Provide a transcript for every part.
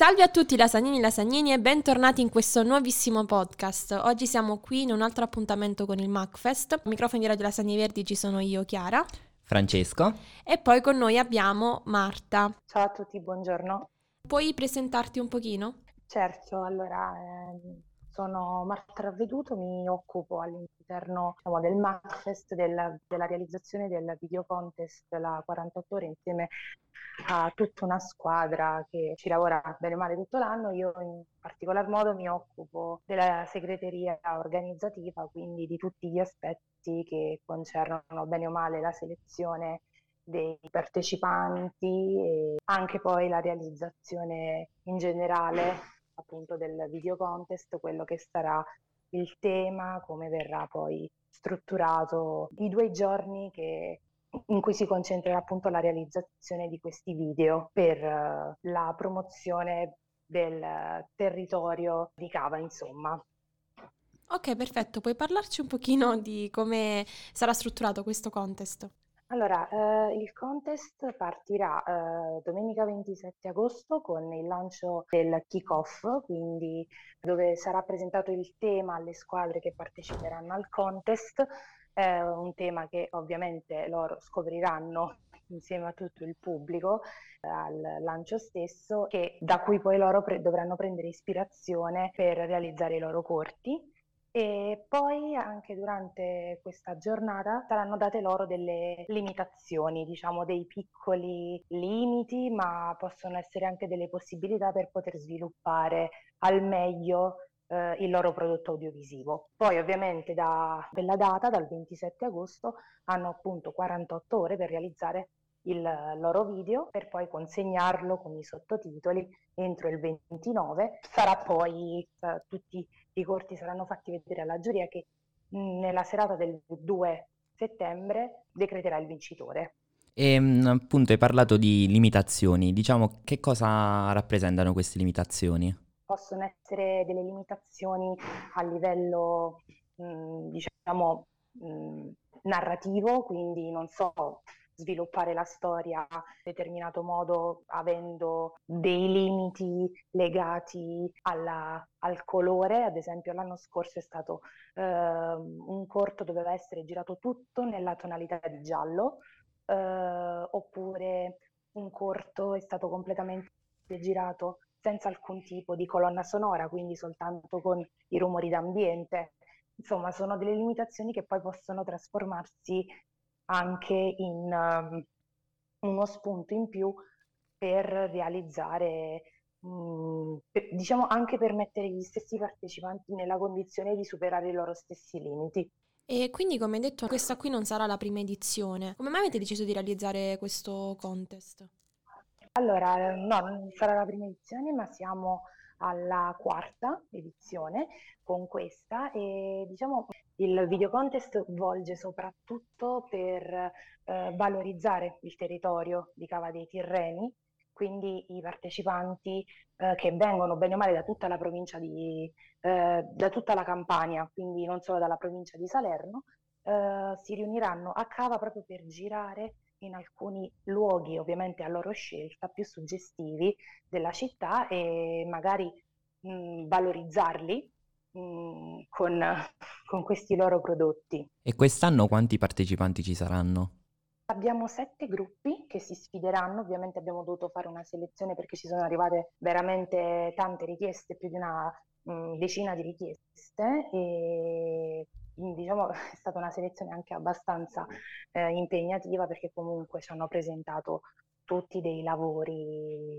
Salve a tutti lasagnini e lasagnini e bentornati in questo nuovissimo podcast. Oggi siamo qui in un altro appuntamento con il MacFest. Ai microfoni di Radio Lasagne Verdi ci sono io, Chiara. Francesco. E poi con noi abbiamo Marta. Ciao a tutti, buongiorno. Puoi presentarti un pochino? Certo, allora sono Marta Ravveduto, mi occupo all'interno del MacFest della realizzazione del video contest la 48 ore insieme a tutta una squadra che ci lavora bene o male tutto l'anno. Io in particolar modo mi occupo della segreteria organizzativa, quindi di tutti gli aspetti che concernono bene o male la selezione dei partecipanti e anche poi la realizzazione in generale appunto del video contest, quello che sarà il tema, come verrà poi strutturato i 2 giorni in cui si concentrerà appunto la realizzazione di questi video per la promozione del territorio di Cava, insomma. Ok, perfetto. Puoi parlarci un pochino di come sarà strutturato questo contest? Allora, il contest partirà domenica 27 agosto con il lancio del kick-off, quindi dove sarà presentato il tema alle squadre che parteciperanno al contest, un tema che ovviamente loro scopriranno insieme a tutto il pubblico al lancio stesso, da cui poi loro dovranno prendere ispirazione per realizzare i loro corti. E poi anche durante questa giornata saranno date loro delle limitazioni, diciamo dei piccoli limiti, ma possono essere anche delle possibilità per poter sviluppare al meglio il loro prodotto audiovisivo. Poi ovviamente da quella data, dal 27 agosto, hanno appunto 48 ore per realizzare il loro video per poi consegnarlo con i sottotitoli entro il 29. Sarà poi tutti i corti saranno fatti vedere alla giuria che nella serata del 2 settembre decreterà il vincitore. E appunto hai parlato di limitazioni, diciamo che cosa rappresentano queste limitazioni? Possono essere delle limitazioni a livello diciamo narrativo, quindi non so, sviluppare la storia in determinato modo avendo dei limiti legati al colore. Ad esempio l'anno scorso è stato un corto, doveva essere girato tutto nella tonalità di giallo, oppure un corto è stato completamente girato senza alcun tipo di colonna sonora, quindi soltanto con i rumori d'ambiente. Insomma, sono delle limitazioni che poi possono trasformarsi anche in uno spunto in più per realizzare, diciamo anche per mettere gli stessi partecipanti nella condizione di superare i loro stessi limiti. E quindi, come hai detto, questa qui non sarà la prima edizione. Come mai avete deciso di realizzare questo contest? Allora, no, non sarà la prima edizione, ma siamo alla 4ª edizione con questa e diciamo il video contest volge soprattutto per valorizzare il territorio di Cava dei Tirreni, quindi i partecipanti che vengono bene o male da tutta la provincia da tutta la Campania, quindi non solo dalla provincia di Salerno, si riuniranno a Cava proprio per girare in alcuni luoghi, ovviamente a loro scelta, più suggestivi della città e magari valorizzarli con questi loro prodotti. E quest'anno quanti partecipanti ci saranno? Abbiamo 7 gruppi che si sfideranno, ovviamente abbiamo dovuto fare una selezione perché ci sono arrivate veramente tante richieste, più di una decina di richieste e diciamo è stata una selezione anche abbastanza impegnativa perché comunque ci hanno presentato tutti dei lavori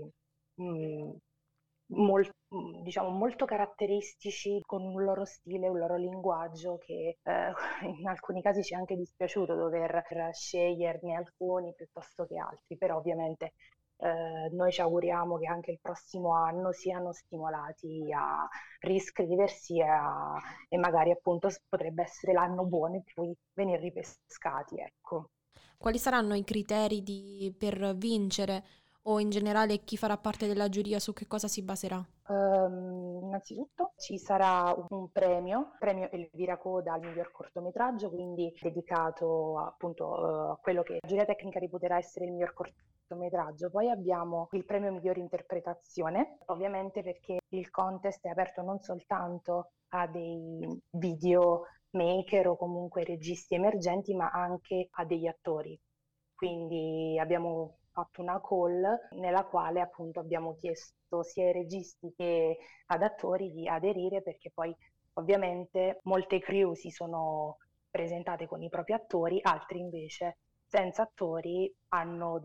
diciamo molto caratteristici, con un loro stile, un loro linguaggio che in alcuni casi ci è anche dispiaciuto dover sceglierne alcuni piuttosto che altri, però ovviamente noi ci auguriamo che anche il prossimo anno siano stimolati a riscriversi e magari appunto potrebbe essere l'anno buono in cui venire ripescati, ecco. Quali saranno i criteri per vincere o in generale chi farà parte della giuria, su che cosa si baserà? Innanzitutto ci sarà un premio Elvira Coda al miglior cortometraggio, quindi dedicato appunto a quello che la giuria tecnica reputerà essere il miglior cortometraggio. Poi abbiamo il premio miglior interpretazione, ovviamente perché il contest è aperto non soltanto a dei videomaker o comunque registi emergenti, ma anche a degli attori. Quindi abbiamo fatto una call nella quale appunto abbiamo chiesto sia ai registi che ad attori di aderire, perché poi ovviamente molte crew si sono presentate con i propri attori, altri invece senza attori hanno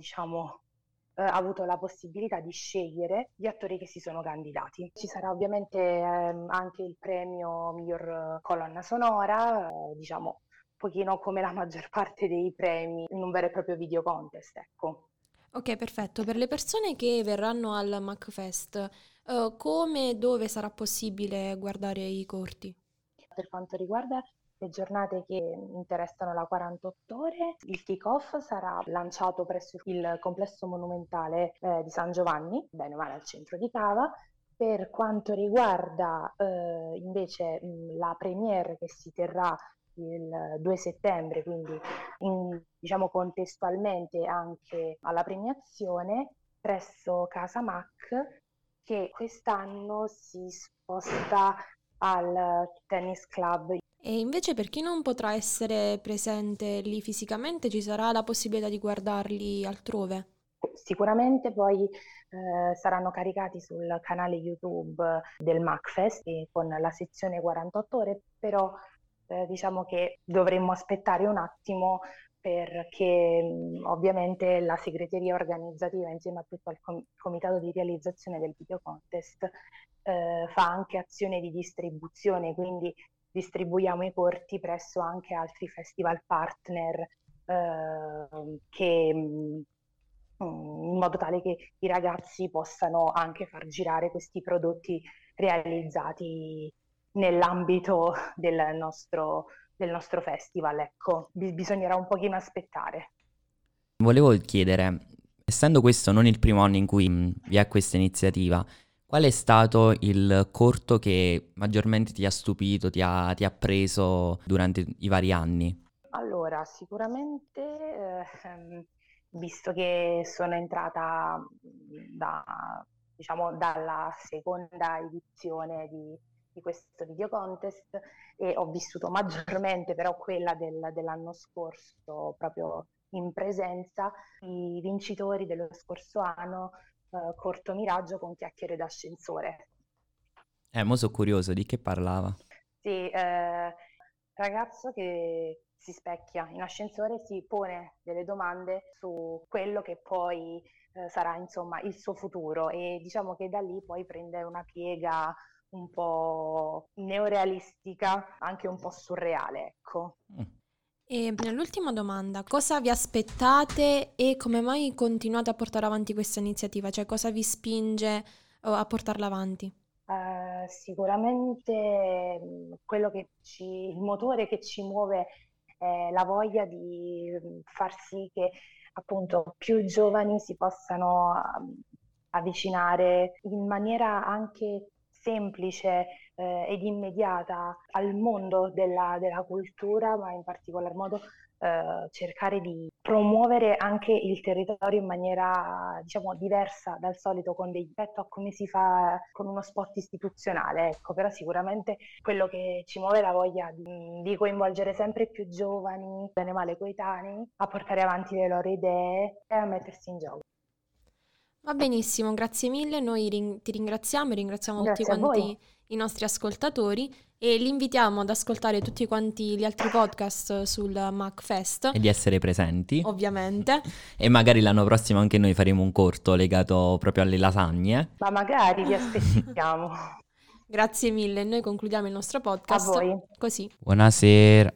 avuto la possibilità di scegliere gli attori che si sono candidati. Ci sarà ovviamente anche il premio miglior colonna sonora, diciamo un pochino come la maggior parte dei premi in un vero e proprio video contest, ecco. Ok, perfetto. Per le persone che verranno al MacFest, come e dove sarà possibile guardare i corti? Per quanto riguarda le giornate che interessano la 48 ore, il kick-off sarà lanciato presso il complesso monumentale di San Giovanni, bene o male al centro di Cava. Per quanto riguarda invece la premiere che si terrà il 2 settembre, quindi diciamo contestualmente anche alla premiazione, presso Casa Mac, che quest'anno si sposta al Tennis Club. E invece per chi non potrà essere presente lì fisicamente, ci sarà la possibilità di guardarli altrove? Sicuramente poi saranno caricati sul canale YouTube del MacFest con la sezione 48 ore, però diciamo che dovremmo aspettare un attimo perché ovviamente la segreteria organizzativa insieme a tutto il comitato di realizzazione del video contest fa anche azione di distribuzione, quindi distribuiamo i corti presso anche altri festival partner in modo tale che i ragazzi possano anche far girare questi prodotti realizzati nell'ambito del nostro festival. Ecco, bisognerà un pochino aspettare. Volevo chiedere, essendo questo non il primo anno in cui vi è questa iniziativa, qual è stato il corto che maggiormente ti ha stupito, ti ha preso durante i vari anni? Allora, sicuramente, visto che sono entrata dalla seconda edizione di questo video contest e ho vissuto maggiormente però quella dell'anno scorso proprio in presenza, i vincitori dello scorso anno, Corto Miraggio con Chiacchiere d'ascensore. Mo' sono curioso, di che parlava? Sì, ragazzo che si specchia in ascensore, si pone delle domande su quello che poi sarà insomma il suo futuro, e diciamo che da lì poi prende una piega un po' neorealistica, anche un po' surreale, ecco. E l'ultima domanda, cosa vi aspettate e come mai continuate a portare avanti questa iniziativa? Cioè cosa vi spinge a portarla avanti? Sicuramente il motore che ci muove è la voglia di far sì che appunto più giovani si possano avvicinare in maniera anche semplice ed immediata al mondo della cultura, ma in particolar modo cercare di promuovere anche il territorio in maniera, diciamo, diversa dal solito, rispetto a come si fa con uno spot istituzionale, ecco. Però sicuramente quello che ci muove è la voglia di coinvolgere sempre più giovani, bene o male coetanei, a portare avanti le loro idee e a mettersi in gioco. Va benissimo, grazie mille, noi ti ringraziamo e ringraziamo tutti Grazie a voi. quanti i nostri ascoltatori e li invitiamo ad ascoltare tutti quanti gli altri podcast sul MacFest, E di essere presenti. ovviamente. E magari l'anno prossimo anche noi faremo un corto legato proprio alle lasagne. Ma magari vi aspettiamo. Grazie mille, noi concludiamo il nostro podcast A voi. così. Buonasera.